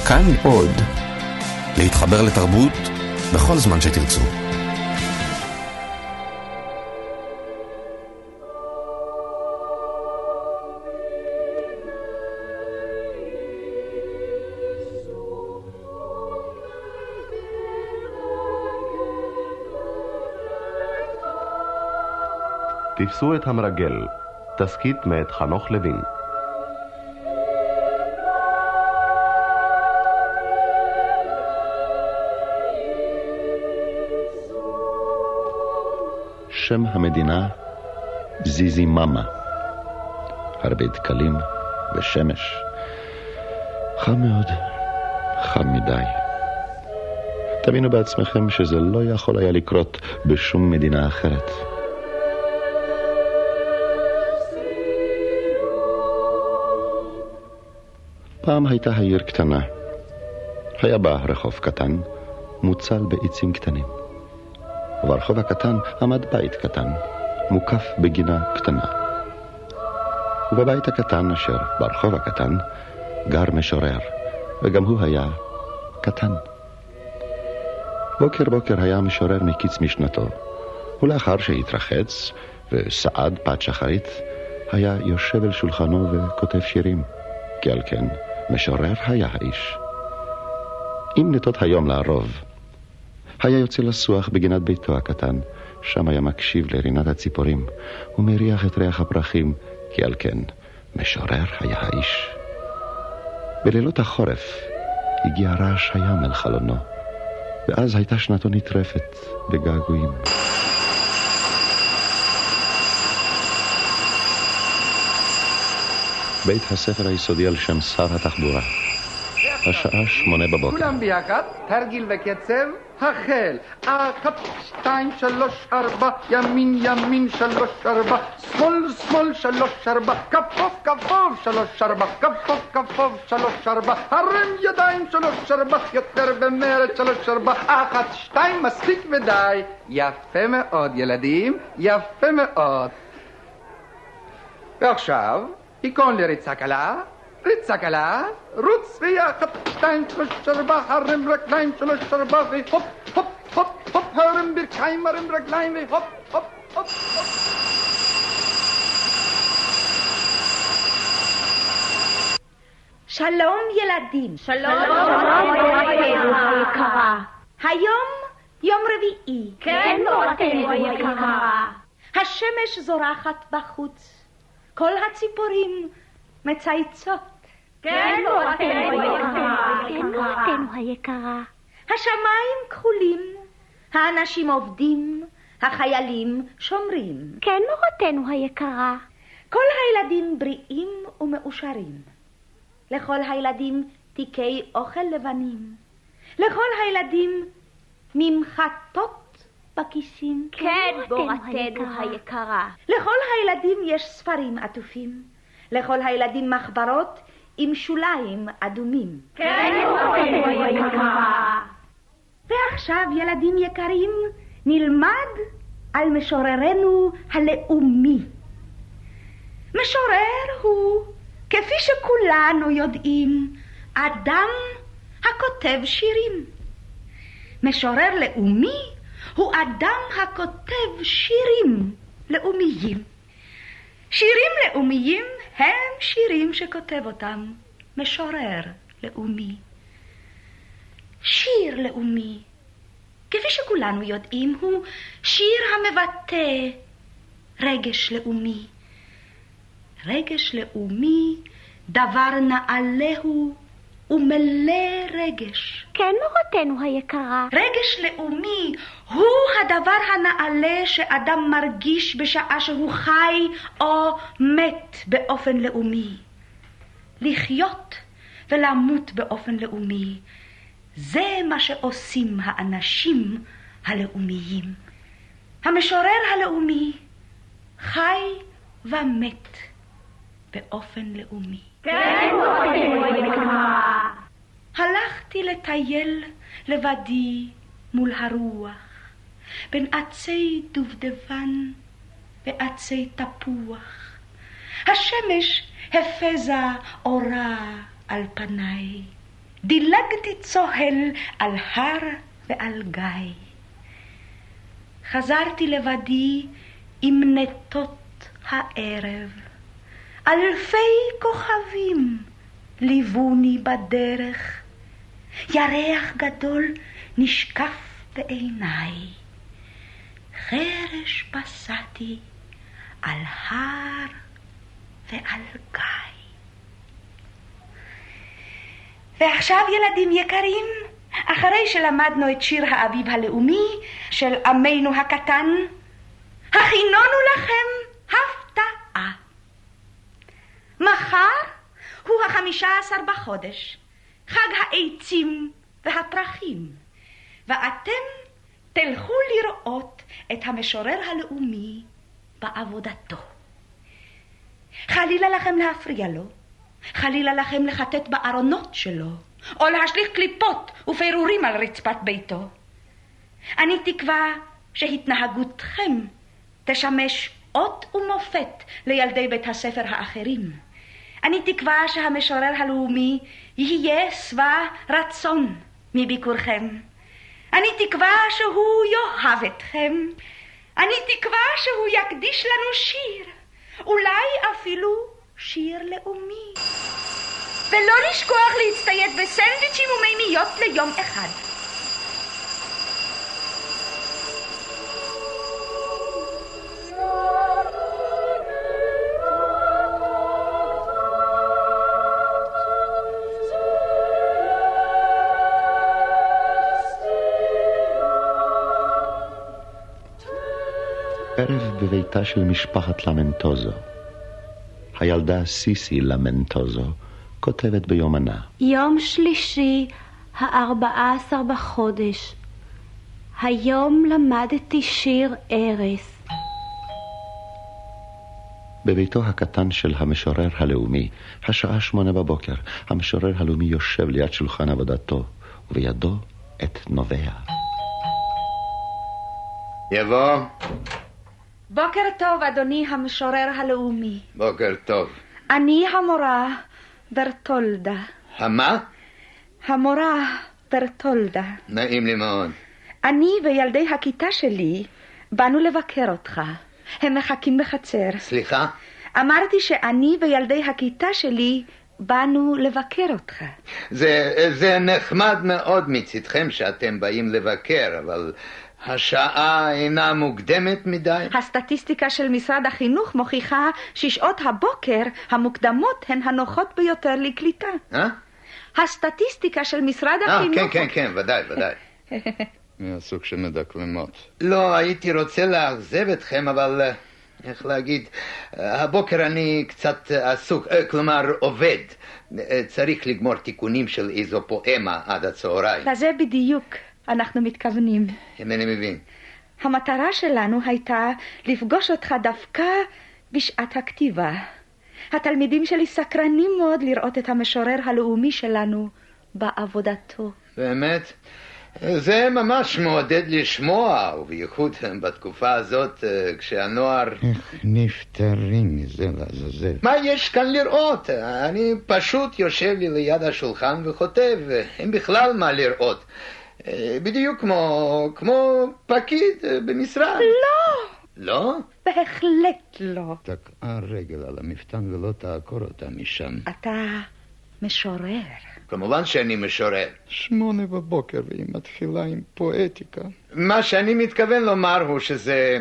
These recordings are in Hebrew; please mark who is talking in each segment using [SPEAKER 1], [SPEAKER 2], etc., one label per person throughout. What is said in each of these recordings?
[SPEAKER 1] כאן עוד. להתחבר לתרבות בכל זמן שתרצו.
[SPEAKER 2] תפסו את המרגל, תסקית מאת חנוך לוין.
[SPEAKER 3] שם המדינה זיזי מאמה. הרבה דקלים ושמש. חם מאוד, חם מדי. תבינו בעצמכם שזה לא יכול היה לקרות בשום מדינה אחרת. פעם הייתה העיר קטנה. היה בה רחוב קטן, מוצל בעצים קטנים. וברחוב הקטן עמד בית קטן, מוקף בגינה קטנה. ובבית הקטן אשר ברחוב הקטן גר משורר, וגם הוא היה קטן. בוקר היה המשורר מקיץ משנתו, ולאחר שהתרחץ וסעד פת שחרית, היה יושב אל שולחנו וכותב שירים. כי על כן משורר היה האיש. עם נטות היום לערוב, היה יוצא לסוח בגינת ביתו הקטן, שם היה מקשיב לרינת הציפורים, ומריח את ריח הפרחים, כי על כן משורר היה האיש. בלילות החורף הגיע רעש הים אל חלונו, ואז הייתה שנתו נטרפת בגעגועים. בית הספר היסודי על שם שר התחבורה. השעה 8 בבוקר.
[SPEAKER 4] כולם ביחד, תרגיל וקצב, החל. 1, 2, 3, 4, ימין, ימין, 3, 4, שמאל, שמאל, 3, 4, כפוף, כפוף, 3, 4, כפוף, כפוף, 3, 4, הרים ידיים, 3, 4, יותר במרד, 3, 4, 1, 2, מספיק ודי. יפה מאוד, ילדים, יפה מאוד. ועכשיו, היכון לריצה קלה, ריצה קלה, רוץ ויחד, 2, 3, 4, הרים רגליים, 3, 4, והופ, הופ, הופ, הופ, הרים ברכיים, הרים רגליים, והופ, הופ, הופ, הופ.
[SPEAKER 5] שלום ילדים.
[SPEAKER 6] שלום יקרה.
[SPEAKER 5] היום יום רביעי.
[SPEAKER 6] כן מורתנו יקרה.
[SPEAKER 5] השמש זורחת בחוץ. כל הציפורים מצייצות.
[SPEAKER 6] כן מורתנו יקרה.
[SPEAKER 5] כן מורתנו היקרה. השמיים כחולים, האנשים עובדים, החיילים שומרים.
[SPEAKER 6] כן מורתנו היקרה.
[SPEAKER 5] כל הילדים בריאים ומאושרים. לכל הילדים תיקי אוכל לבנים. לכל הילדים ממחטות בכיסים.
[SPEAKER 6] כן מורתנו היקרה.
[SPEAKER 5] לכל הילדים יש ספרים עטופים. לכל הילדים מחברות עם שוליים אדומים.
[SPEAKER 6] כן מורתנו היקרה.
[SPEAKER 5] ועכשיו ילדים יקרים, נלמד על משוררנו הלאומי. משורר הוא, כפי שכולנו יודעים, אדם הכותב שירים. משורר לאומי הוא אדם הכותב שירים לאומיים. שירים לאומיים הם שירים שכותב אותם משורר לאומי. שיר לאומי, כפי שכולנו יודעים, הוא שיר המבטא רגש לאומי. רגש לאומי, דבר נעלהו ומלא רגש.
[SPEAKER 6] כן מורתנו היקרה.
[SPEAKER 5] רגש לאומי הוא הדבר הנעלה שאדם מרגיש בשעה שהוא חי או מת באופן לאומי. לחיות ולמות באופן לאומי, זה מה שעושים האנשים הלאומיים. המשורר הלאומי חי ומת באופן לאומי.
[SPEAKER 6] כן מורתנו היקרה.
[SPEAKER 5] הלכתי לטייל לבדי מול הרוח, בין עצי דובדבן ועצי תפוח. השמש הפזה אורה על פניי. דילגתי צוהל על הר ועל גיא. חזרתי לבדי עם נטות הערב. אלפי כוכבים ליווני בדרך. ירח גדול נשקף בעיניי. חרש פסעתי על הר ועל גיא. ועכשיו ילדים יקרים, אחרי שלמדנו את שיר האביב הלאומי של עמנו הקטן, הכינונו לכם הפתעה. מחר הוא 15 בחודש, חג העצים והפרחים, ואתם תלכו לראות את המשורר הלאומי בעבודתו. חלילה לכם להפריע לו, חלילה לכם לחטט בארונות שלו, או להשליך קליפות ופירורים על רצפת ביתו. אני תקווה שהתנהגותכם תשמש אות ומופת לילדי בית הספר האחרים. אני תקווה שהמשורר הלאומי יהיה שבע רצון מביקורכם. אני תקווה שהוא יאהב אתכם. אני תקווה שהוא יקדיש לנו שיר, אולי אפילו שיר לאומי. ולא לשכוח להצטייד בסנדוויצ'ים ומימיות ליום אחד.
[SPEAKER 3] ערב בביתה של משפחת למנטוזו. הילדה סיסי למנטוזו כותבת ביומנה.
[SPEAKER 6] יום שלישי, 14 בחודש. היום למדתי שיר ערש.
[SPEAKER 3] בביתו הקטן של המשורר הלאומי, השעה 8 בבוקר, המשורר הלאומי יושב ליד שולחן עבודתו, ובידו את נובע.
[SPEAKER 4] יבוא.
[SPEAKER 5] בוקר טוב, אדוני המשורר הלאומי.
[SPEAKER 4] בוקר טוב.
[SPEAKER 5] אני המורה ברטולדה.
[SPEAKER 4] המה?
[SPEAKER 5] המורה ברטולדה.
[SPEAKER 4] נעים לי מאוד.
[SPEAKER 5] אני וילדי הכיתה שלי באנו לבקר אותך. הם מחכים בחצר.
[SPEAKER 4] סליחה?
[SPEAKER 5] אמרתי שאני וילדי הכיתה שלי באנו לבקר אותך.
[SPEAKER 4] זה נחמד מאוד מצדכם שאתם באים לבקר, אבל השעה אינה מוקדמת מדי.
[SPEAKER 5] הסטטיסטיקה של משרד החינוך מוכיחה ששעות הבוקר המוקדמות הן הנוחות ביותר לקליטה. הסטטיסטיקה של משרד החינוך...
[SPEAKER 4] כן, ודאי. מהסוג של מדקלמות. לא, הייתי רוצה לאכזב אתכם, אבל איך להגיד, הבוקר אני קצת עסוק, כלומר עובד. צריך לגמור תיקונים של איזו פואמה עד הצהריים.
[SPEAKER 5] לזה בדיוק אנחנו מתכוונים.
[SPEAKER 4] אם אני מבין.
[SPEAKER 5] המטרה שלנו הייתה לפגוש אותך דווקא בשעת הכתיבה. התלמידים שלי סקרנים מאוד לראות את המשורר הלאומי שלנו בעבודתו.
[SPEAKER 4] באמת? זה ממש מעודד לשמוע, ובייחוד בתקופה הזאת כשהנוער...
[SPEAKER 7] איך נפטרים מזה לעזאזל?
[SPEAKER 4] מה יש כאן לראות? אני פשוט יושב לי ליד השולחן וכותב, אין בכלל מה לראות. בדיוק כמו פקיד במשרד. לא?
[SPEAKER 5] בהחלט לא.
[SPEAKER 7] תקעה רגל על המפתן ולא תעקור אותה משם.
[SPEAKER 5] אתה משורר.
[SPEAKER 4] כמובן שאני משורר.
[SPEAKER 7] 8 בבוקר והיא מתחילה עם פואטיקה.
[SPEAKER 4] מה שאני מתכוון לומר הוא שזה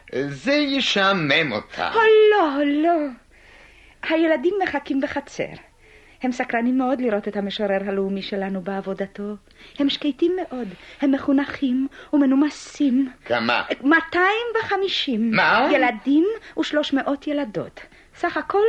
[SPEAKER 4] ישעמם אותה.
[SPEAKER 5] לא. הילדים מחכים בחצר. הם סקרנים מאוד לראות את המשורר הלאומי שלנו בעבודתו. הם שקטים מאוד, הם מחונכים ומנומסים.
[SPEAKER 4] כמה?
[SPEAKER 5] 250.
[SPEAKER 4] מה?
[SPEAKER 5] ילדים ו300 ילדות. סך הכל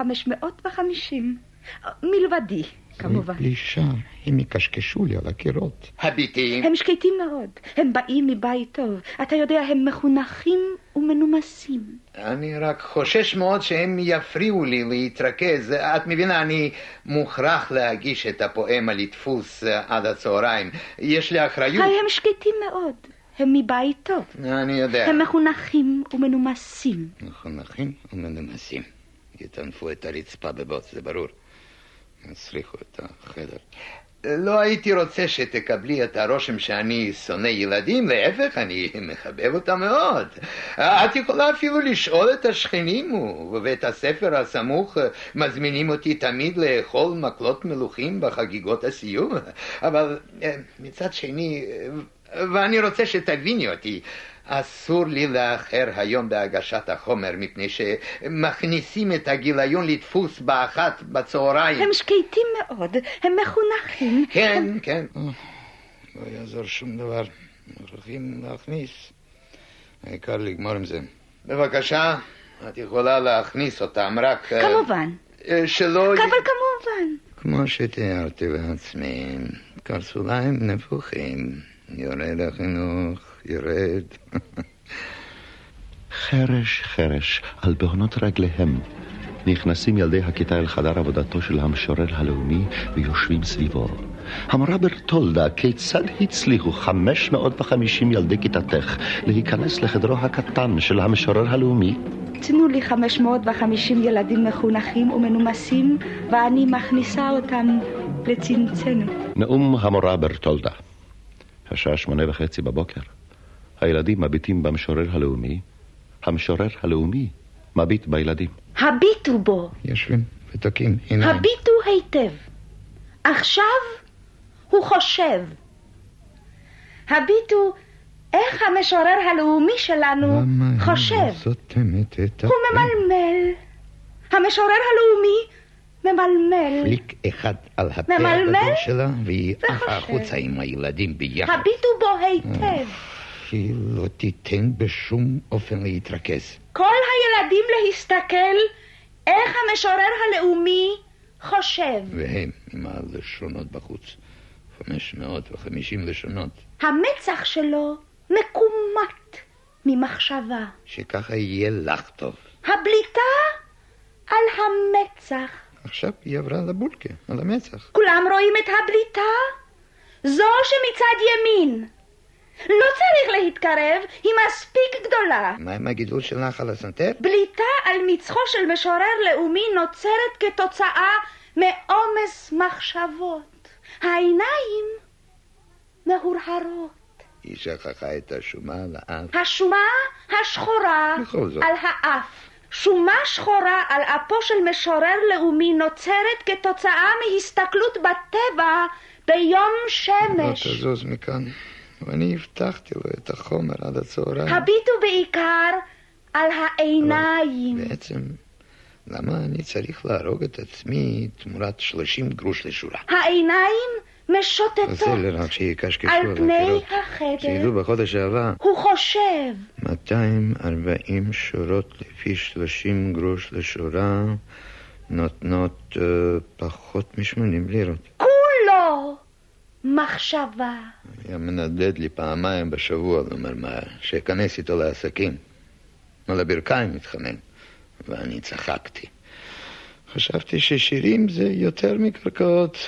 [SPEAKER 5] 550. מלבדי, כמובן.
[SPEAKER 7] פלישה, הם יקשקשו לי על הקירות.
[SPEAKER 4] הביטים?
[SPEAKER 5] הם שקטים מאוד, הם באים מבית טוב. אתה יודע, הם מחונכים ומנומסים.
[SPEAKER 4] אני רק חושש מאוד שהם יפריעו לי להתרכז. את מבינה, אני מוכרח להגיש את הפואמה לדפוס עד הצהריים. יש לי אחריות.
[SPEAKER 5] הם שקטים מאוד, הם מבית טוב.
[SPEAKER 4] אני יודע.
[SPEAKER 5] הם מחונכים ומנומסים.
[SPEAKER 7] מחונכים ומנומסים. יטנפו את הרצפה בבוץ, זה ברור. יצריכו את החדר. לא הייתי רוצה שתקבלי את הרושם שאני שונא ילדים, להפך, אני מחבב אותם מאוד. את יכולה אפילו לשאול את השכנים, ובבית הספר הסמוך מזמינים אותי תמיד לאכול מקלות מלוכים בחגיגות הסיום. אבל מצד שני, ואני רוצה שתביני אותי, אסור לי לאחר היום בהגשת החומר, מפני שמכניסים את הגיליון לדפוס באחת בצהריים.
[SPEAKER 5] הם שקטים מאוד, הם מחונכים.
[SPEAKER 7] כן, כן. לא יעזור שום דבר, מוכרחים להכניס. העיקר לגמור עם זה. בבקשה, את יכולה להכניס אותם, רק...
[SPEAKER 5] כמובן.
[SPEAKER 7] שלא...
[SPEAKER 5] אבל כמובן.
[SPEAKER 7] כמו שתיארתי לעצמי, קרסוליים נפוחים, יורד החינוך, יורד.
[SPEAKER 3] חרש חרש על בהונות רגליהם נכנסים ילדי הכיתה אל חדר עבודתו של המשורר הלאומי ויושבים סביבו. המורה ברטולדה, כיצד הצליחו 550 ילדי כיתתך להיכנס לחדרו הקטן של המשורר הלאומי?
[SPEAKER 5] תנו לי 550 ילדים מחונכים ומנומסים, ואני מכניסה אותם לצנצנת.
[SPEAKER 3] נאום המורה ברטולדה. השעה 8:30 בבוקר. הילדים מביטים במשורר הלאומי. המשורר הלאומי מביט בילדים.
[SPEAKER 5] הביטו בו.
[SPEAKER 7] יושבים ותוקים עיניים.
[SPEAKER 5] הביטו היטב. עכשיו הוא חושב. הביטו איך המשורר הלאומי שלנו חושב. הוא ממלמל. המשורר הלאומי ממלמל.
[SPEAKER 7] פליק אחד על הפה הגדול שלה והיא עפה החוצה עם הילדים ביחד.
[SPEAKER 5] הביטו בו היטב.
[SPEAKER 7] היא לא תיתן בשום אופן להתרכז.
[SPEAKER 5] כל הילדים להסתכל איך המשורר הלאומי חושב.
[SPEAKER 7] והם עם הלשונות בחוץ. 550 לשונות.
[SPEAKER 5] המצח שלו מקומט ממחשבה.
[SPEAKER 7] שככה יהיה לך טוב.
[SPEAKER 5] הבליטה על המצח.
[SPEAKER 7] עכשיו היא עברה לבולקה, על המצח.
[SPEAKER 5] כולם רואים את הבליטה? זו שמצד ימין. לא צריך להתקרב, היא מספיק גדולה.
[SPEAKER 7] מה עם הגידול שלך על הסנטר?
[SPEAKER 5] בליטה על מצחו של משורר לאומי נוצרת כתוצאה מעומס מחשבות. העיניים מהורהרות.
[SPEAKER 7] היא שכחה את השומה על האף.
[SPEAKER 5] השומה השחורה על האף. שומה שחורה על אפו של משורר לאומי נוצרת כתוצאה מהסתכלות בטבע ביום שמש.
[SPEAKER 7] לא תזוז מכאן. ואני הבטחתי לו את החומר עד הצהריים.
[SPEAKER 5] הביטו בעיקר על העיניים.
[SPEAKER 7] בעצם, למה אני צריך להרוג את עצמי תמורת 30 גרוש לשורה?
[SPEAKER 5] העיניים משוטטות
[SPEAKER 7] זה לרק שיקשקשו
[SPEAKER 5] על פני החדר.
[SPEAKER 7] שידעו בחודש הבא.
[SPEAKER 5] הוא חושב.
[SPEAKER 7] 240 שורות לפי 30 גרוש לשורה נותנות פחות מ80 לירות.
[SPEAKER 5] כולו מחשבה.
[SPEAKER 7] היה מנדד לי פעמיים בשבוע, לומר מה, שיכנס איתו לעסקים. על הברכיים מתחנן, ואני צחקתי. חשבתי ששירים זה יותר מקרקעות.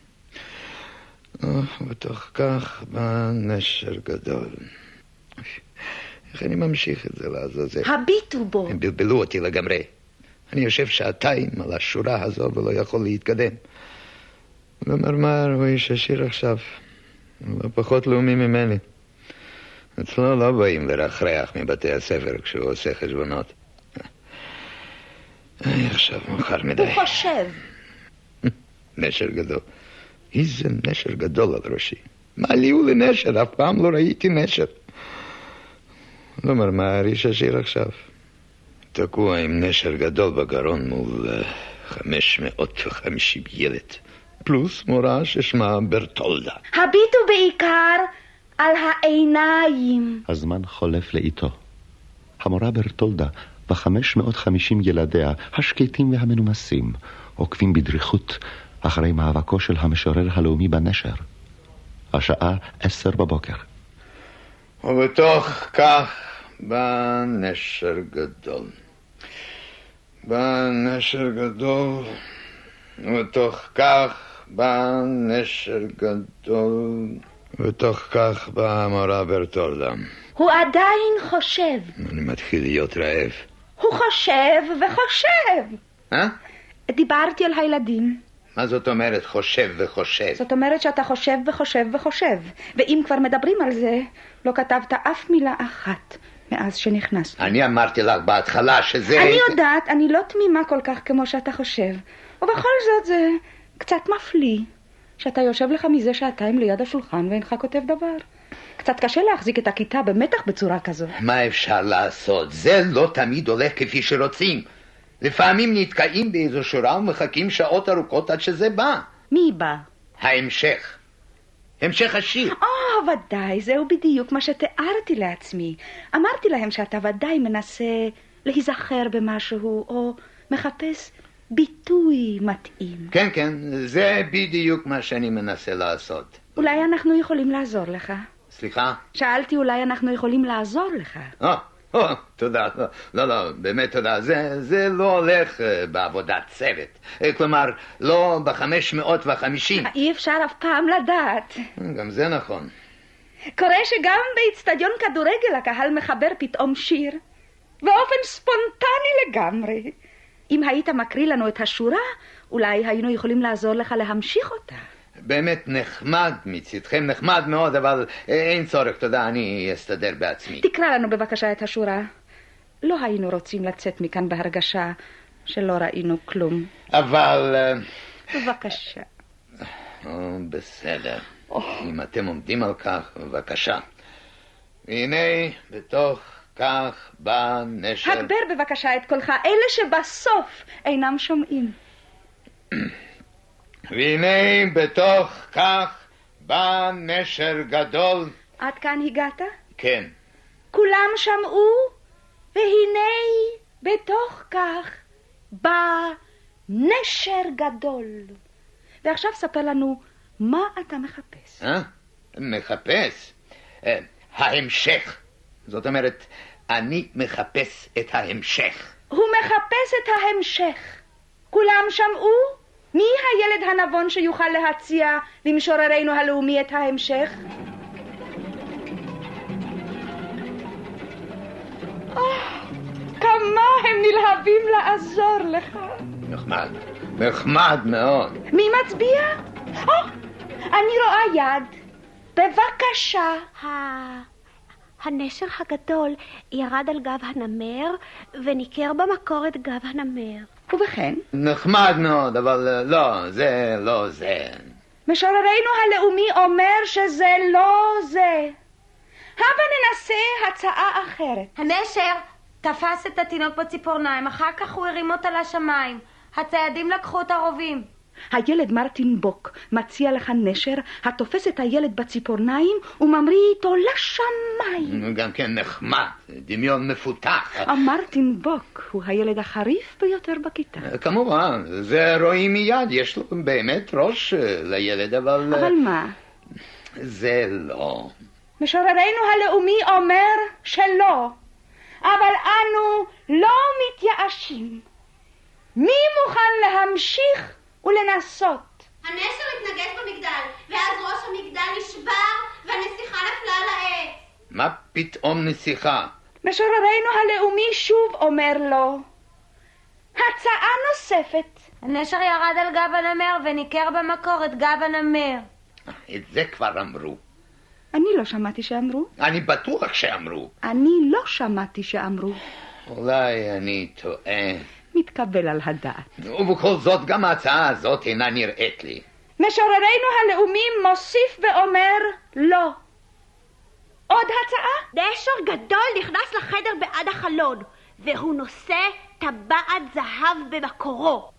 [SPEAKER 7] בתוך כך בא נשר גדול. איך אני ממשיך את זה לעזאזל?
[SPEAKER 5] הביטו בו.
[SPEAKER 7] הם בלבלו אותי לגמרי. אני יושב שעתיים על השורה הזו ולא יכול להתקדם. ומרמר הוא איש עשיר עכשיו. הוא לא פחות לאומי ממני. אצלו לא באים לרחרח מבתי הספר כשהוא עושה חשבונות. עכשיו מאוחר מדי.
[SPEAKER 5] הוא חושב.
[SPEAKER 7] נשר גדול. איזה נשר גדול על ראשי. מה לי הוא לנשר? אף פעם לא ראיתי נשר. לא מרמר, איש עשיר עכשיו. תקוע עם נשר גדול בגרון מול 550 ילד. פלוס מורה ששמה ברטולדה.
[SPEAKER 5] הביטו בעיקר על העיניים.
[SPEAKER 3] הזמן חולף לאיתו. המורה ברטולדה ו550 ילדיה, השקטים והמנומסים, עוקבים בדריכות אחרי מאבקו של המשורר הלאומי בנשר. השעה 10 בבוקר.
[SPEAKER 7] ובתוך כך בא נשר גדול. בא נשר גדול. ובתוך כך בא נשר גדול. ובתוך כך בא המורה ברטולדה.
[SPEAKER 5] הוא עדיין חושב.
[SPEAKER 7] אני מתחיל להיות רעב.
[SPEAKER 5] הוא חושב וחושב. דיברתי על הילדים.
[SPEAKER 7] מה זאת אומרת חושב וחושב?
[SPEAKER 5] זאת אומרת שאתה חושב וחושב וחושב. ואם כבר מדברים על זה, לא כתבת אף מילה אחת מאז שנכנסת.
[SPEAKER 7] אני אמרתי לך בהתחלה שזה...
[SPEAKER 5] אני יודעת, אני לא תמימה כל כך כמו שאתה חושב. ובכל זאת זה קצת מפליא שאתה יושב לך מזה שעתיים ליד השולחן ואינך כותב דבר. קצת קשה להחזיק את הכיתה במתח בצורה כזו.
[SPEAKER 7] מה אפשר לעשות? זה לא תמיד הולך כפי שרוצים. לפעמים נתקעים באיזו שורה ומחכים שעות ארוכות עד שזה בא.
[SPEAKER 5] מי בא?
[SPEAKER 7] ההמשך. המשך השיר.
[SPEAKER 5] ודאי, זהו בדיוק מה שתיארתי לעצמי. אמרתי להם שאתה ודאי מנסה להיזכר במשהו, או מחפש ביטוי מתאים.
[SPEAKER 7] כן, כן, זה בדיוק מה שאני מנסה לעשות.
[SPEAKER 5] אולי אנחנו יכולים לעזור לך.
[SPEAKER 7] סליחה?
[SPEAKER 5] שאלתי אולי אנחנו יכולים לעזור לך.
[SPEAKER 7] תודה. לא, באמת תודה. זה לא הולך בעבודת צוות. כלומר, לא ב-550.
[SPEAKER 5] אי אפשר אף פעם לדעת.
[SPEAKER 7] גם זה נכון.
[SPEAKER 5] קורה שגם באצטדיון כדורגל הקהל מחבר פתאום שיר, באופן ספונטני לגמרי. אם היית מקריא לנו את השורה, אולי היינו יכולים לעזור לך להמשיך אותה.
[SPEAKER 7] באמת נחמד מצדכם, נחמד מאוד, אבל אין צורך, תודה, אני אסתדר בעצמי.
[SPEAKER 5] תקרא לנו בבקשה את השורה. לא היינו רוצים לצאת מכאן בהרגשה שלא ראינו כלום.
[SPEAKER 7] אבל...
[SPEAKER 5] בבקשה.
[SPEAKER 7] בסדר. אם אתם עומדים על כך, בבקשה. והנה, בתוך כך בא נשר...
[SPEAKER 5] הגבר בבקשה את קולך, אלה שבסוף אינם שומעים.
[SPEAKER 7] והנה בתוך כך בא נשר גדול.
[SPEAKER 5] עד כאן הגעת?
[SPEAKER 7] כן.
[SPEAKER 5] כולם שמעו, והנה בתוך כך בא נשר גדול. ועכשיו ספר לנו מה אתה מחפש.
[SPEAKER 7] מחפש? ההמשך. זאת אומרת, אני מחפש את ההמשך.
[SPEAKER 5] הוא מחפש את ההמשך. כולם שמעו? מי הילד הנבון שיוכל להציע למשוררנו הלאומי את ההמשך? כמה הם נלהבים לעזור לך.
[SPEAKER 7] נחמד מאוד.
[SPEAKER 5] מי מצביע? אני רואה יד. בבקשה.
[SPEAKER 6] הנשר הגדול ירד על גב הנמר וניקר במקור את גב הנמר.
[SPEAKER 5] ובכן?
[SPEAKER 7] נחמד מאוד, אבל לא, זה לא זה.
[SPEAKER 5] משוררנו הלאומי אומר שזה לא זה. הבה ננסה הצעה אחרת.
[SPEAKER 8] הנשר תפס את התינוק בציפורניים, אחר כך הוא הרים אותה לשמיים. הציידים לקחו את הרובים.
[SPEAKER 5] הילד מרטין בוק מציע לך נשר התופס את הילד בציפורניים וממריא איתו לשמיים.
[SPEAKER 7] גם כן נחמד, דמיון מפותח.
[SPEAKER 5] מרטין בוק הוא הילד החריף ביותר בכיתה.
[SPEAKER 7] כמובן, זה רואים מיד, יש לו באמת ראש לילד, אבל...
[SPEAKER 5] אבל מה?
[SPEAKER 7] זה לא.
[SPEAKER 5] משוררנו הלאומי אומר שלא, אבל אנו לא מתייאשים. מי מוכן להמשיך ולנסות?
[SPEAKER 9] הנשר התנגש במגדל, ואז ראש המגדל נשבר, והנסיכה נפלה על העץ.
[SPEAKER 7] מה פתאום נסיכה?
[SPEAKER 5] משוררנו הלאומי שוב אומר לו. הצעה נוספת.
[SPEAKER 8] הנשר ירד על גב הנמר וניקר במקור את גב הנמר.
[SPEAKER 7] את זה כבר אמרו.
[SPEAKER 5] אני לא שמעתי שאמרו.
[SPEAKER 7] אני בטוח שאמרו.
[SPEAKER 5] אני לא שמעתי שאמרו.
[SPEAKER 7] אולי אני טועה.
[SPEAKER 5] מתקבל על הדעת.
[SPEAKER 7] ובכל זאת גם ההצעה הזאת אינה נראית לי.
[SPEAKER 5] משוררנו הלאומי מוסיף ואומר לא. עוד הצעה?
[SPEAKER 6] נשר גדול נכנס לחדר בעד החלון, והוא נושא טבעת זהב במקורו.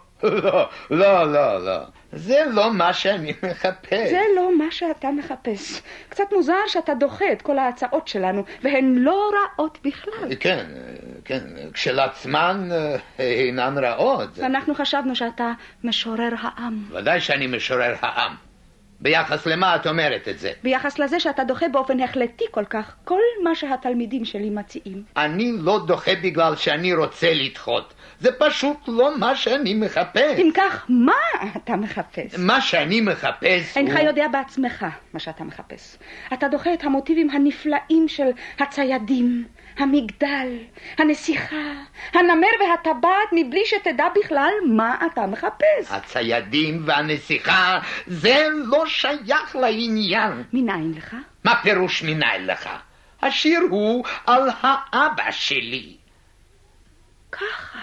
[SPEAKER 7] לא. זה לא מה שאני מחפש.
[SPEAKER 5] זה לא מה שאתה מחפש. קצת מוזר שאתה דוחה את כל ההצעות שלנו, והן לא רעות בכלל.
[SPEAKER 7] כן, כשלעצמן אינן רעות.
[SPEAKER 5] אנחנו חשבנו שאתה משורר העם.
[SPEAKER 7] ודאי שאני משורר העם. ביחס למה את אומרת את זה?
[SPEAKER 5] ביחס לזה שאתה דוחה באופן החלטי כל כך כל מה שהתלמידים שלי מציעים.
[SPEAKER 7] אני לא דוחה בגלל שאני רוצה לדחות. זה פשוט לא מה שאני מחפש.
[SPEAKER 5] אם כך, מה אתה מחפש?
[SPEAKER 7] מה שאני מחפש
[SPEAKER 5] אינך יודע בעצמך מה שאתה מחפש. אתה דוחה את המוטיבים הנפלאים של הציידים, המגדל, הנסיכה, הנמר והטבעת מבלי שתדע בכלל מה אתה מחפש.
[SPEAKER 7] הציידים והנסיכה זה לא שייך לעניין.
[SPEAKER 5] מניין לך?
[SPEAKER 7] מה פירוש מניין לך? השיר הוא על האבא שלי.
[SPEAKER 5] ככה.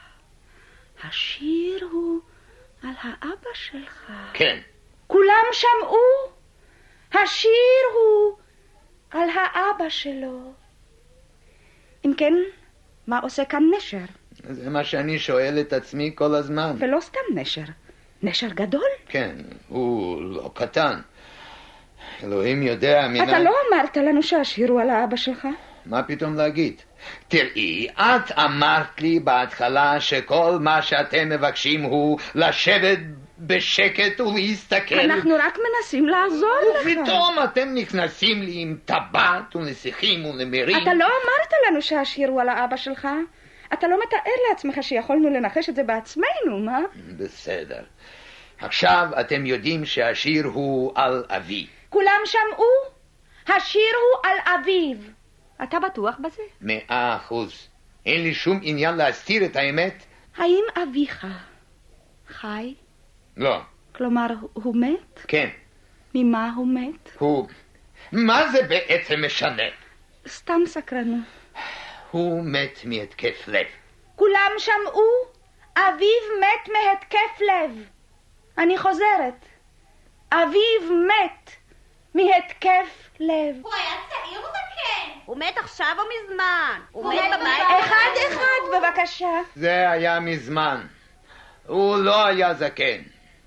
[SPEAKER 5] השיר הוא על האבא שלך.
[SPEAKER 7] כן.
[SPEAKER 5] כולם שמעו? השיר הוא על האבא שלו. אם כן, מה עושה כאן נשר?
[SPEAKER 7] זה מה שאני שואל את עצמי כל הזמן.
[SPEAKER 5] ולא סתם נשר. נשר גדול?
[SPEAKER 7] כן, הוא לא קטן. אלוהים יודע מנין...
[SPEAKER 5] אתה לא אמרת לנו שהשיר הוא על האבא שלך?
[SPEAKER 7] מה פתאום להגיד? תראי, את אמרת לי בהתחלה שכל מה שאתם מבקשים הוא לשבת בשקט ולהסתכל.
[SPEAKER 5] אנחנו רק מנסים לעזור לך.
[SPEAKER 7] ופתאום אתם נכנסים לי עם טבעת ונסיכים ונמרים.
[SPEAKER 5] אתה לא אמרת לנו שהשיר הוא על האבא שלך? אתה לא מתאר לעצמך שיכולנו לנחש את זה בעצמנו, מה?
[SPEAKER 7] בסדר. עכשיו אתם יודעים שהשיר הוא על אבי.
[SPEAKER 5] כולם שמעו? השיר הוא על אביו. אתה בטוח בזה?
[SPEAKER 7] 100%. אין לי שום עניין להסתיר את האמת.
[SPEAKER 5] האם אביך חי?
[SPEAKER 7] לא.
[SPEAKER 5] כלומר, הוא מת?
[SPEAKER 7] כן.
[SPEAKER 5] ממה הוא מת?
[SPEAKER 7] מה זה בעצם משנה?
[SPEAKER 5] סתם סקרנות.
[SPEAKER 7] הוא מת מהתקף לב.
[SPEAKER 5] כולם שמעו? אביו מת מהתקף לב. אני חוזרת. אביו מת מהתקף לב.
[SPEAKER 9] הוא היה צעיר וזקן.
[SPEAKER 6] הוא מת עכשיו או מזמן? הוא מת בבית?
[SPEAKER 5] אחד, בבקשה.
[SPEAKER 7] זה היה מזמן. הוא לא היה זקן.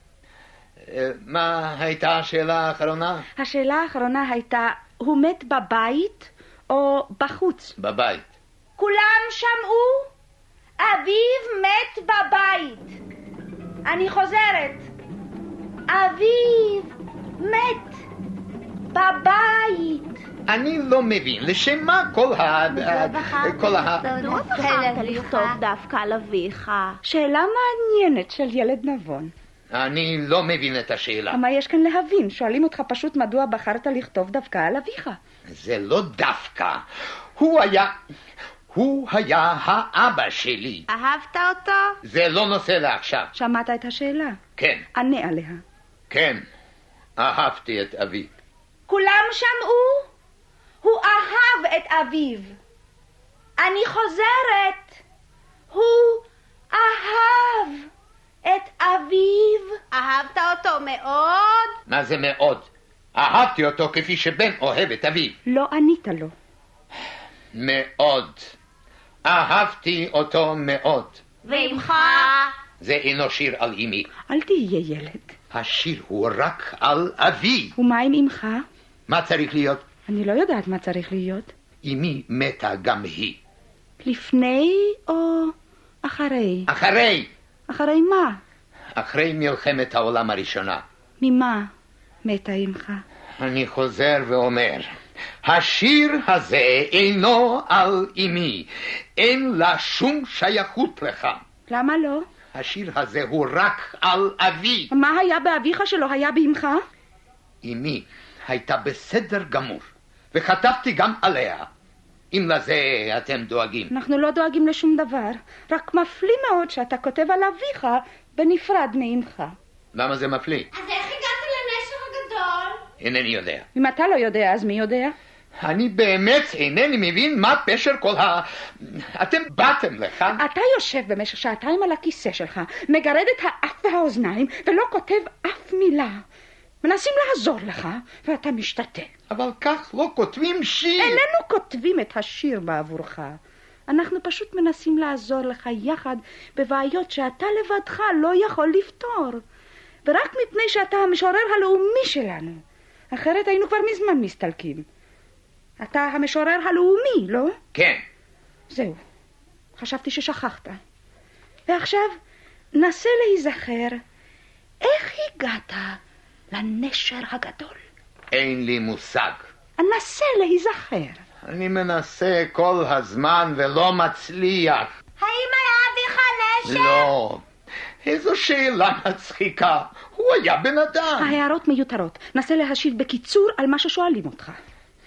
[SPEAKER 7] מה הייתה השאלה האחרונה?
[SPEAKER 5] השאלה האחרונה הייתה, הוא מת בבית או בחוץ?
[SPEAKER 7] בבית.
[SPEAKER 5] כולם שמעו? אביו מת בבית. אני חוזרת. אביו מת בבית.
[SPEAKER 7] אני לא מבין, לשם מה כל ה...
[SPEAKER 6] לא בחרת לכתוב דווקא על אביך.
[SPEAKER 5] שאלה מעניינת של ילד נבון.
[SPEAKER 7] אני לא מבין את השאלה.
[SPEAKER 5] מה יש כאן להבין? שואלים אותך פשוט מדוע בחרת לכתוב דווקא על אביך.
[SPEAKER 7] זה לא דווקא. הוא היה האבא שלי.
[SPEAKER 6] אהבת אותו?
[SPEAKER 7] זה לא נושא לעכשיו.
[SPEAKER 5] שמעת את השאלה?
[SPEAKER 7] כן.
[SPEAKER 5] ענה עליה.
[SPEAKER 7] כן, אהבתי את אבי.
[SPEAKER 5] כולם שמעו? הוא אהב את אביו. אני חוזרת. הוא אהב את אביו.
[SPEAKER 6] אהבת אותו מאוד?
[SPEAKER 7] מה זה מאוד? אהבתי אותו כפי שבן אוהב את אביו.
[SPEAKER 5] לא ענית לו.
[SPEAKER 7] מאוד. אהבתי אותו מאוד.
[SPEAKER 6] ואמך?
[SPEAKER 7] זה אינו שיר על אמי.
[SPEAKER 5] אל תהיה ילד.
[SPEAKER 7] השיר הוא רק על אבי.
[SPEAKER 5] ומה עם אמך?
[SPEAKER 7] מה צריך להיות?
[SPEAKER 5] אני לא יודעת מה צריך להיות.
[SPEAKER 7] אמי מתה גם היא.
[SPEAKER 5] לפני או אחרי?
[SPEAKER 7] אחרי.
[SPEAKER 5] אחרי מה?
[SPEAKER 7] אחרי מלחמת העולם הראשונה.
[SPEAKER 5] ממה מתה אמך?
[SPEAKER 7] אני חוזר ואומר, השיר הזה אינו על אמי. אין לה שום שייכות לך.
[SPEAKER 5] למה לא?
[SPEAKER 7] השיר הזה הוא רק על אבי.
[SPEAKER 5] מה היה באביך שלא היה באמך?
[SPEAKER 7] אמי הייתה בסדר גמור, וכתבתי גם עליה. אם לזה אתם דואגים.
[SPEAKER 5] אנחנו לא דואגים לשום דבר. רק מפליא מאוד שאתה כותב על אביך בנפרד מאמך.
[SPEAKER 7] למה זה מפליא?
[SPEAKER 9] אז איך הגעת לנשר הגדול?
[SPEAKER 7] אינני יודע.
[SPEAKER 5] אם אתה לא יודע, אז מי יודע?
[SPEAKER 7] אני באמת אינני מבין מה פשר כל אתם באתם לך?
[SPEAKER 5] אתה יושב במשך שעתיים על הכיסא שלך, מגרד את האף והאוזניים, ולא כותב אף מילה. מנסים לעזור לך, ואתה משתתף.
[SPEAKER 7] אבל כך לא כותבים שיר.
[SPEAKER 5] איננו כותבים את השיר בעבורך. אנחנו פשוט מנסים לעזור לך יחד בבעיות שאתה לבדך לא יכול לפתור. ורק מפני שאתה המשורר הלאומי שלנו. אחרת היינו כבר מזמן מסתלקים. אתה המשורר הלאומי, לא?
[SPEAKER 7] כן.
[SPEAKER 5] זהו. חשבתי ששכחת. ועכשיו נסה להיזכר איך הגעת לנשר הגדול.
[SPEAKER 7] אין לי מושג.
[SPEAKER 5] נסה להיזכר.
[SPEAKER 7] אני מנסה כל הזמן ולא מצליח.
[SPEAKER 9] האם היה אביך נשר?
[SPEAKER 7] לא. איזו שאלה מצחיקה. הוא היה בן אדם.
[SPEAKER 5] ההערות מיותרות. נסה להשיב בקיצור על מה ששואלים אותך.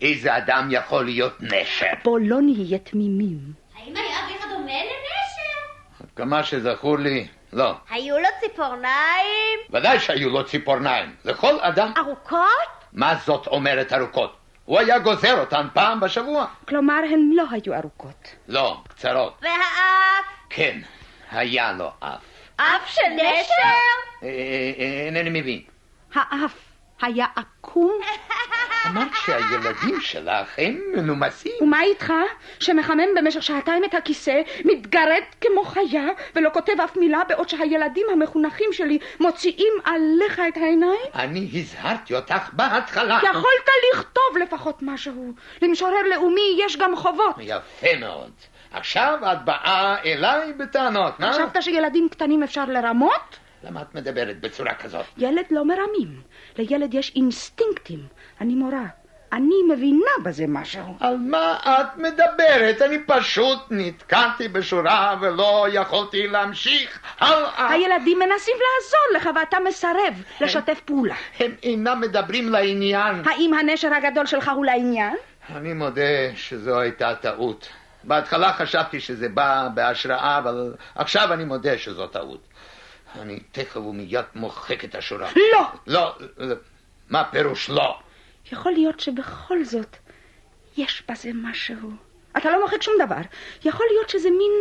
[SPEAKER 7] איזה אדם יכול להיות נשר?
[SPEAKER 5] בוא לא נהיה תמימים.
[SPEAKER 9] האם היה אביך דומה לנשר?
[SPEAKER 7] כמה שזכור לי, לא.
[SPEAKER 6] היו לו ציפורניים?
[SPEAKER 7] ודאי שהיו לו ציפורניים. לכל אדם.
[SPEAKER 6] ארוכות?
[SPEAKER 7] מה זאת אומרת ארוכות? הוא היה גוזר אותן פעם בשבוע.
[SPEAKER 5] כלומר, הן לא היו ארוכות.
[SPEAKER 7] לא, קצרות.
[SPEAKER 6] והאף?
[SPEAKER 7] כן, היה לו אף.
[SPEAKER 6] אף של נשר?
[SPEAKER 7] אינני מבין.
[SPEAKER 5] האף היה עקום?
[SPEAKER 7] אמרת שהילדים שלך הם מנומסים.
[SPEAKER 5] ומה איתך? שמחמם במשך שעתיים את הכיסא, מתגרד כמו חיה, ולא כותב אף מילה, בעוד שהילדים המחונכים שלי מוציאים עליך את העיניים?
[SPEAKER 7] אני הזהרתי אותך בהתחלה.
[SPEAKER 5] יכולת לכתוב לפחות משהו. למשורר לאומי יש גם חובות.
[SPEAKER 7] יפה מאוד. עכשיו את באה אליי בטענות, מה?
[SPEAKER 5] חשבת שילדים קטנים אפשר לרמות?
[SPEAKER 7] למה את מדברת בצורה כזאת?
[SPEAKER 5] ילד לא מרמים. לילד יש אינסטינקטים. אני מורה. אני מבינה בזה משהו.
[SPEAKER 7] על מה את מדברת? אני פשוט נתקעתי בשורה ולא יכולתי להמשיך הלאה.
[SPEAKER 5] הילדים מנסים לעזור לך ואתה מסרב לשתף פעולה.
[SPEAKER 7] הם אינם מדברים לעניין.
[SPEAKER 5] האם הנשר הגדול שלך הוא לעניין?
[SPEAKER 7] אני מודה שזו הייתה טעות. בהתחלה חשבתי שזה בא בהשראה, אבל עכשיו אני מודה שזו טעות. אני תכף ומיד מוחק את השורה.
[SPEAKER 5] לא!
[SPEAKER 7] לא, מה פירוש לא?
[SPEAKER 5] יכול להיות שבכל זאת יש בזה משהו. אתה לא מוחק שום דבר. יכול להיות שזה מין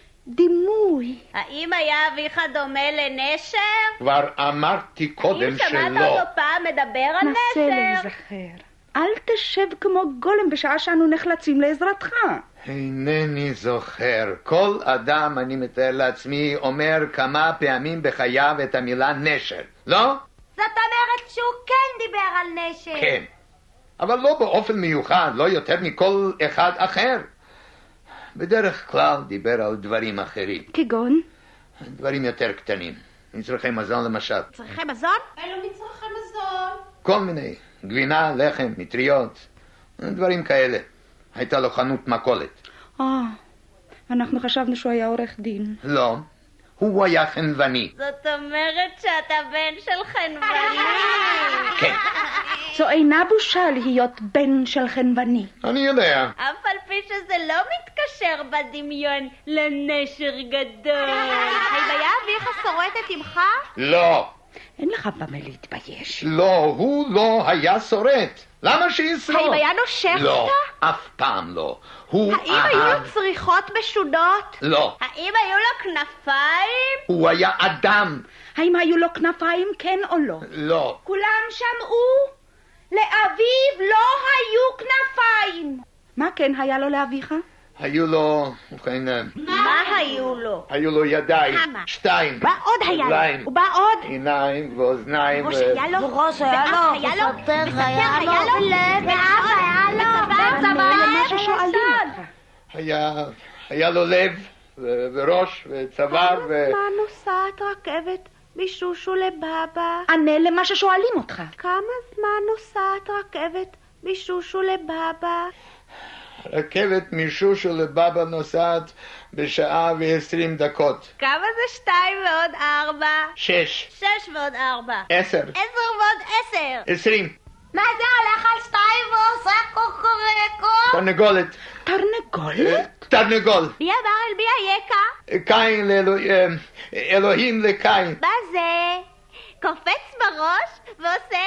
[SPEAKER 5] דימוי.
[SPEAKER 6] האם היה אביך דומה לנשר?
[SPEAKER 7] כבר אמרתי קודם שלא.
[SPEAKER 6] אם שמעת אותו פעם מדבר על נשר?
[SPEAKER 5] נסה להיזכר. אל תשב כמו גולם בשעה שאנו נחלצים לעזרתך.
[SPEAKER 7] אינני זוכר. כל אדם, אני מתאר לעצמי, אומר כמה פעמים בחייו את המילה נשר, לא?
[SPEAKER 8] זאת אומרת שהוא כן דיבר על נשר.
[SPEAKER 7] כן, אבל לא באופן מיוחד, לא יותר מכל אחד אחר. בדרך כלל דיבר על דברים אחרים.
[SPEAKER 5] כגון?
[SPEAKER 7] דברים יותר קטנים. מצרכי מזון למשל.
[SPEAKER 6] מצרכי מזון?
[SPEAKER 9] אלו מצרכי מזון.
[SPEAKER 7] כל מיני. גבינה, לחם, מטריות, דברים כאלה. הייתה לו חנות מכולת.
[SPEAKER 5] אנחנו חשבנו שהוא היה עורך דין.
[SPEAKER 7] לא, הוא היה חנווני.
[SPEAKER 6] זאת אומרת שאתה בן של חנווני.
[SPEAKER 7] כן.
[SPEAKER 5] זו אינה בושה להיות בן של חנווני.
[SPEAKER 7] אני יודע.
[SPEAKER 6] אף על פי שזה לא מתקשר בדמיון לנשר גדול.
[SPEAKER 8] האם היה אביך שורד את אמך?
[SPEAKER 7] לא.
[SPEAKER 5] אין לך במה להתבייש.
[SPEAKER 7] לא, הוא לא היה שורט. למה שישרוד?
[SPEAKER 8] האם היה נושך
[SPEAKER 7] לא,
[SPEAKER 8] אותה?
[SPEAKER 7] אף פעם לא. הוא
[SPEAKER 8] האם היו לו צריכות משונות?
[SPEAKER 7] לא.
[SPEAKER 6] האם היו לו כנפיים?
[SPEAKER 7] הוא היה אדם.
[SPEAKER 5] האם היו לו כנפיים, כן או לא?
[SPEAKER 7] לא.
[SPEAKER 5] כולם שמעו? לאביו לא היו כנפיים. מה כן היה לו לאביך?
[SPEAKER 7] היו לו, ובכן,
[SPEAKER 6] מה היו לו?
[SPEAKER 7] היו לו ידיים,
[SPEAKER 6] כמה?
[SPEAKER 7] 2.
[SPEAKER 8] מה עוד היה
[SPEAKER 7] רגליים,
[SPEAKER 8] לו? ומה עוד?
[SPEAKER 7] עיניים ואוזניים.
[SPEAKER 8] ראש היה לו?
[SPEAKER 6] ראש היה לו?
[SPEAKER 8] וספר היה לו? ולב ואף היה לו?
[SPEAKER 5] מה ששואלים אותך.
[SPEAKER 7] היה לו לב וראש וצוואר
[SPEAKER 8] כמה זמן נוסעת רכבת משושו לבבא?
[SPEAKER 5] ענה למה ששואלים אותך.
[SPEAKER 8] כמה זמן נוסעת רכבת משושו לבבא?
[SPEAKER 7] רכבת משושו לבבא נוסעת בשעה ו20 דקות.
[SPEAKER 6] כמה זה 2 ועוד 4?
[SPEAKER 7] 6.
[SPEAKER 6] 6 ועוד 4.
[SPEAKER 7] 10.
[SPEAKER 6] 10 ועוד 10.
[SPEAKER 7] 20.
[SPEAKER 8] מה זה הולך על 2 ועושה קוקורקו?
[SPEAKER 7] תרנגולת.
[SPEAKER 5] תרנגולת?
[SPEAKER 7] תרנגול.
[SPEAKER 6] מי אמר אל מי היקה?
[SPEAKER 7] קין אלוהים לקין.
[SPEAKER 6] מה זה? קופץ בראש ועושה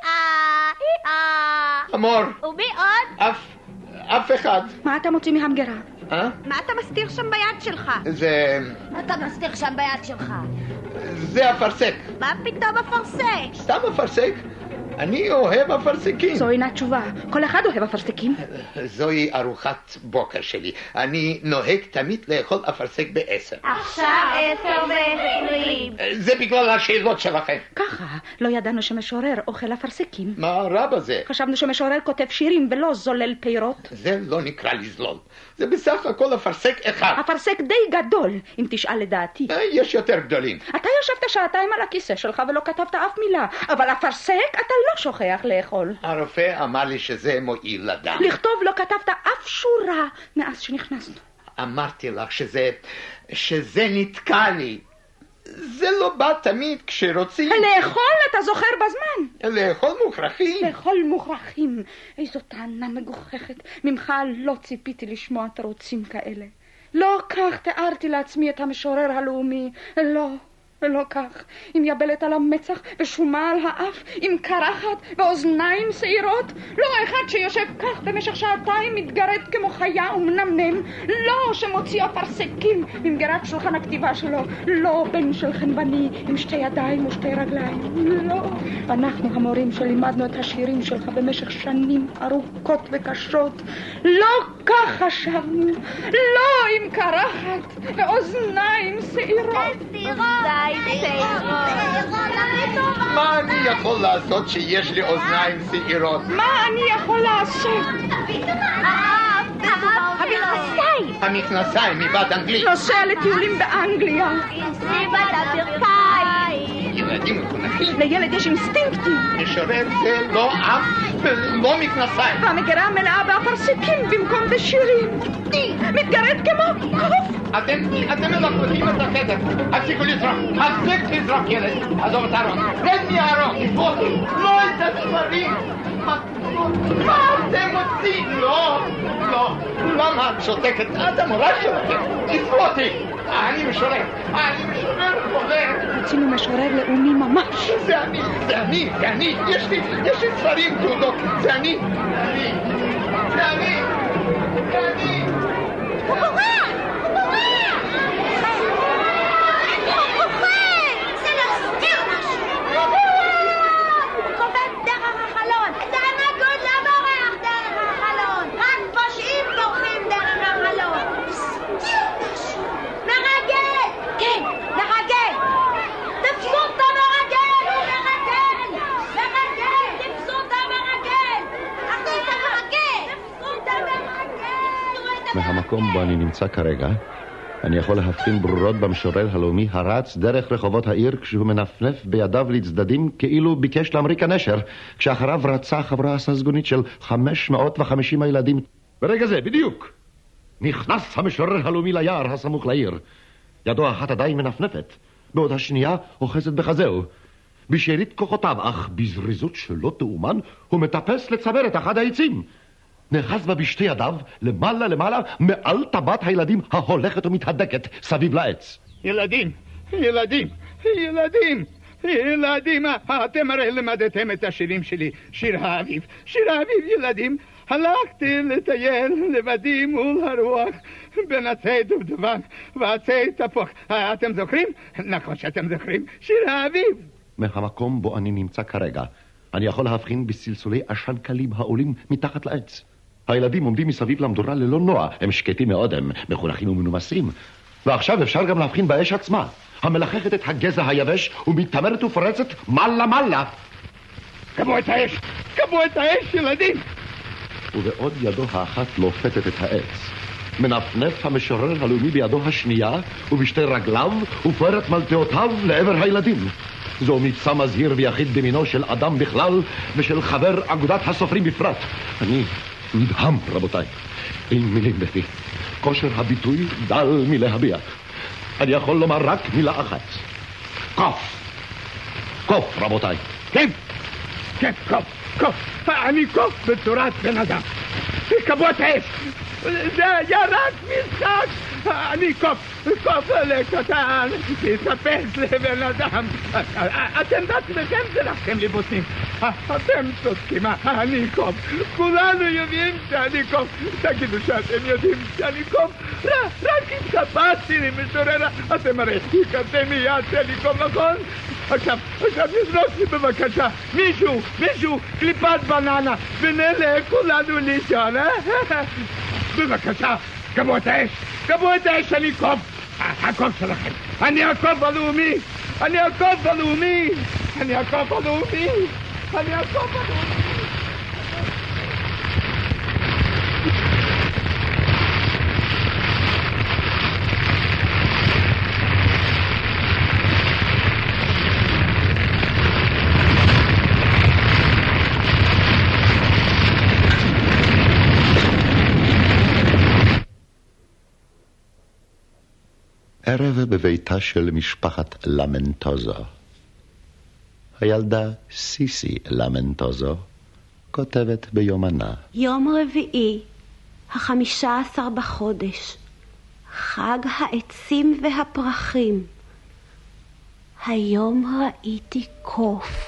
[SPEAKER 7] אמור.
[SPEAKER 6] ומי עוד?
[SPEAKER 7] אף אחד.
[SPEAKER 5] מה אתה מוציא מהמגרה?
[SPEAKER 8] מה אתה מסתיר שם ביד שלך? אתה מסתיר שם ביד שלך.
[SPEAKER 7] זה אפרסק.
[SPEAKER 6] מה פתאום אפרסק?
[SPEAKER 7] סתם אפרסק? אני אוהב אפרסקים.
[SPEAKER 5] זו אינה תשובה. כל אחד אוהב אפרסקים.
[SPEAKER 7] זוהי ארוחת בוקר שלי. אני נוהג תמיד לאכול אפרסק ב10.
[SPEAKER 6] עכשיו 10:20.
[SPEAKER 7] זה בגלל השאלות שלכם.
[SPEAKER 5] ככה, לא ידענו שמשורר אוכל אפרסקים.
[SPEAKER 7] מה רע בזה?
[SPEAKER 5] חשבנו שמשורר כותב שירים ולא זולל פירות.
[SPEAKER 7] זה לא נקרא לזלול. זה בסך הכל אפרסק אחד.
[SPEAKER 5] אפרסק די גדול, אם תשאל לדעתי.
[SPEAKER 7] יש יותר גדולים.
[SPEAKER 5] אתה ישבת שעתיים על הכיסא שלך ולא כתבת אף מילה, אבל אפרסק אתה לא שוכח לאכול.
[SPEAKER 7] הרופא אמר לי שזה מועיל לדם.
[SPEAKER 5] לכתוב לא כתבת אף שורה מאז שנכנסנו.
[SPEAKER 7] אמרתי לך שזה נתקע לי. זה לא בא תמיד כשרוצים.
[SPEAKER 5] לאכול אתה זוכר בזמן.
[SPEAKER 7] לאכול מוכרחים.
[SPEAKER 5] לאכול מוכרחים. איזו טענה מגוחכת. ממך לא ציפיתי לשמוע תירוצים כאלה. לא כך תיארתי לעצמי את המשורר הלאומי. לא כך, עם יבלת על המצח ושומה על האף, עם קרחת ואוזניים שעירות, לא אחד שיושב כך במשך שעתיים מתגרד כמו חיה ומנמנם, לא שמוציא אפרסקים ממגרת שולחן הכתיבה שלו, לא בן של חנווני עם שתי ידיים ושתי רגליים, לא. אנחנו המורים שלימדנו את השירים שלך במשך שנים ארוכות וקשות, לא כך חשבנו, לא עם קרחת ואוזניים שעירות.
[SPEAKER 7] מה אני יכול לעשות שיש לי אוזניים שעירות?
[SPEAKER 5] מה אני יכול לעשות?
[SPEAKER 7] המכנסיים מבת אנגלית.
[SPEAKER 5] נוסע לטיולים באנגליה.
[SPEAKER 7] ילדים מחונכים.
[SPEAKER 5] לילד יש אינסטינקטים.
[SPEAKER 7] משורר זה לא אף ולא מכנסיים.
[SPEAKER 5] והמגירה מלאה באפרסקים במקום בשירים. מתגרד כמו קוף.
[SPEAKER 7] אתם מלכלכים את החדר. הפסיקו לזרוק. הפסיק לזרוק ילד. עזוב את הארון. רד מהארון. לא את הספרים. מה אתם עושים? לא. למה את שותקת? את המורה שלכם. תצאו אותי. אני משורר חולה.
[SPEAKER 5] רצינו משורר לאומי ממש.
[SPEAKER 7] זה אני. יש לי ספרים תעודות. זה אני.
[SPEAKER 6] הוא בורח! זה להסתיר משהו. הוא קופץ דרך החלון. זה הנגוד לא בורח דרך החלון. רק פושעים בורחים דרך החלון. הסתיר משהו. מרגל! כן, מרגל! תפסו אותו מרגל! הוא מרגל! תפסו אותו מרגל! תפסו אותו מרגל!
[SPEAKER 3] מהמקום בו אני נמצא כרגע, אני יכול להבחין ברורות במשורר הלאומי הרץ דרך רחובות העיר כשהוא מנפנף בידיו לצדדים כאילו ביקש להמריק הנשר, כשאחריו רצה חברה הססגונית של 550 הילדים. ברגע זה, בדיוק, נכנס המשורר הלאומי ליער הסמוך לעיר. ידו אחת עדיין מנפנפת, בעוד השנייה אוחזת בחזהו. בשארית כוחותיו, אך בזריזות שלא תאומן, הוא מטפס לצמרת אחד העצים. נאחז בה בשתי ידיו, למעלה, מעל טבעת הילדים ההולכת ומתהדקת סביב לעץ.
[SPEAKER 10] ילדים, אתם הרי למדתם את השירים שלי, שיר האביב, ילדים. הלכתי לטייל לבדי מול הרוח בין עצי דובדבן ועצי תפוח. אתם זוכרים? נכון שאתם זוכרים, שיר האביב.
[SPEAKER 3] מהמקום בו אני נמצא כרגע, אני יכול להבחין בסלסולי עשן קלים העולים מתחת לעץ. הילדים עומדים מסביב למדורה ללא נוע, הם שקטים מאוד, הם מחונכים ומנומסים. ועכשיו אפשר גם להבחין באש עצמה, המלחכת את הגזע היבש ומתמרת ופורצת מעלה.
[SPEAKER 10] כבו את האש, ילדים!
[SPEAKER 3] ובעוד ידו האחת לופתת את העץ, מנפנף המשורר הלאומי בידו השנייה ובשתי רגליו ופוערת מלטאותיו לעבר הילדים. זו מבצע מזהיר ויחיד במינו של אדם בכלל ושל חבר אגודת הסופרים בפרט. אני נדהם, רבותיי. אין מילים בפי. כושר הביטוי דל מלהביע. אני יכול לומר רק מילה אחת. קוף, רבותיי.
[SPEAKER 10] כן, קוף. אני קוף בצורת בן אדם. כבו את האש. זה היה רק משחק. אני קוף לקטן, תתאפס לבן אדם. אתם בעצמכם שלכם ליבוסים. אתם צודקים, אני קוף. כולנו יודעים שאני קוף. תגידו שאתם יודעים שאני קוף. רק התחפשתי למשורר. אתם הרי הכרתם מיד שאני קוף, נכון? עכשיו נזרוק לי בבקשה. מישהו, קליפת בננה, ונלך כולנו לישון, בבקשה, כבו את האש, אני קוף. הקוף שלכם. אני הקוף הלאומי.
[SPEAKER 3] ערב בביתה של משפחת למנטוזו. הילדה סיסי למנטוזו כותבת ביומנה.
[SPEAKER 6] יום רביעי, 15 בחודש, חג העצים והפרחים. היום ראיתי קוף.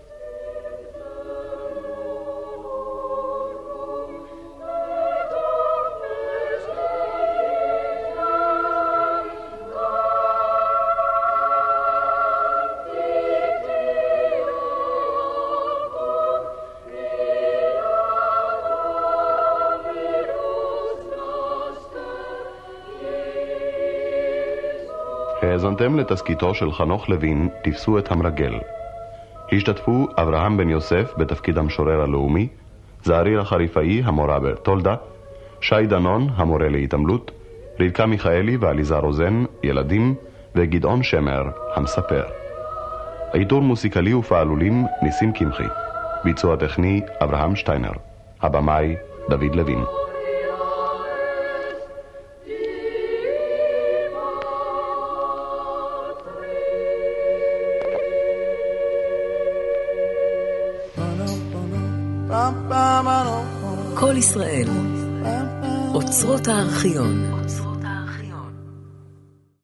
[SPEAKER 2] האזנתם לתסקיתו של חנוך לוין, תפסו את המרגל. השתתפו אברהם בן יוסף בתפקיד המשורר הלאומי, זעריר החריפאי המורה ברטולדה, שי דנון המורה להתעמלות, רבקה מיכאלי ועליזה רוזן ילדים, וגדעון שמר המספר. עיטור מוסיקלי ופעלולים ניסים קמחי, ביצוע טכני אברהם שטיינר, הבמאי דוד לוין.
[SPEAKER 11] כל ישראל, אוצרות הארכיון.